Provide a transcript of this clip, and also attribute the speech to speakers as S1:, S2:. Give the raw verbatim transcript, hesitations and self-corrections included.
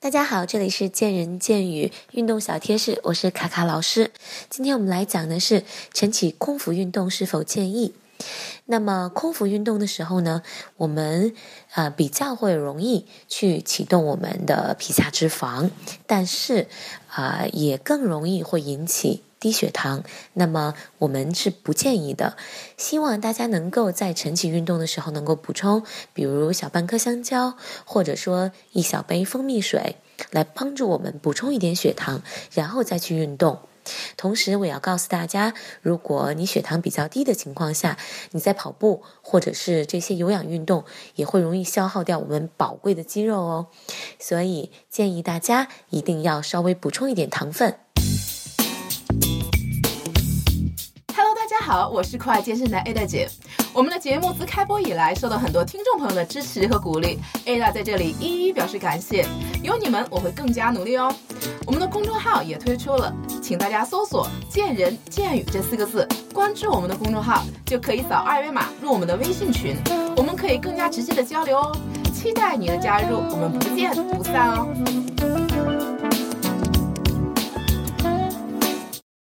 S1: 大家好，这里是见人见语运动小贴士，我是卡卡老师。今天我们来讲的是晨起空腹运动是否建议。那么空腹运动的时候呢，我们呃比较会容易去启动我们的皮下脂肪，但是呃也更容易会引起低血糖，那么我们是不建议的。希望大家能够在晨起运动的时候能够补充，比如小半颗香蕉，或者说一小杯蜂蜜水，来帮助我们补充一点血糖，然后再去运动。同时我要告诉大家，如果你血糖比较低的情况下，你在跑步或者是这些有氧运动也会容易消耗掉我们宝贵的肌肉哦，所以建议大家一定要稍微补充一点糖分。
S2: Hello， 大家好，我是酷爱健身的 Ada 姐。我们的节目自开播以来，受到很多听众朋友的支持和鼓励 ，Ada 在这里一一表示感谢。有你们，我会更加努力哦。我们的公众号也推出了，请大家搜索“见人见语”这四个字，关注我们的公众号，就可以扫二维码入我们的微信群，我们可以更加直接的交流哦。期待你的加入，我们不见不散哦。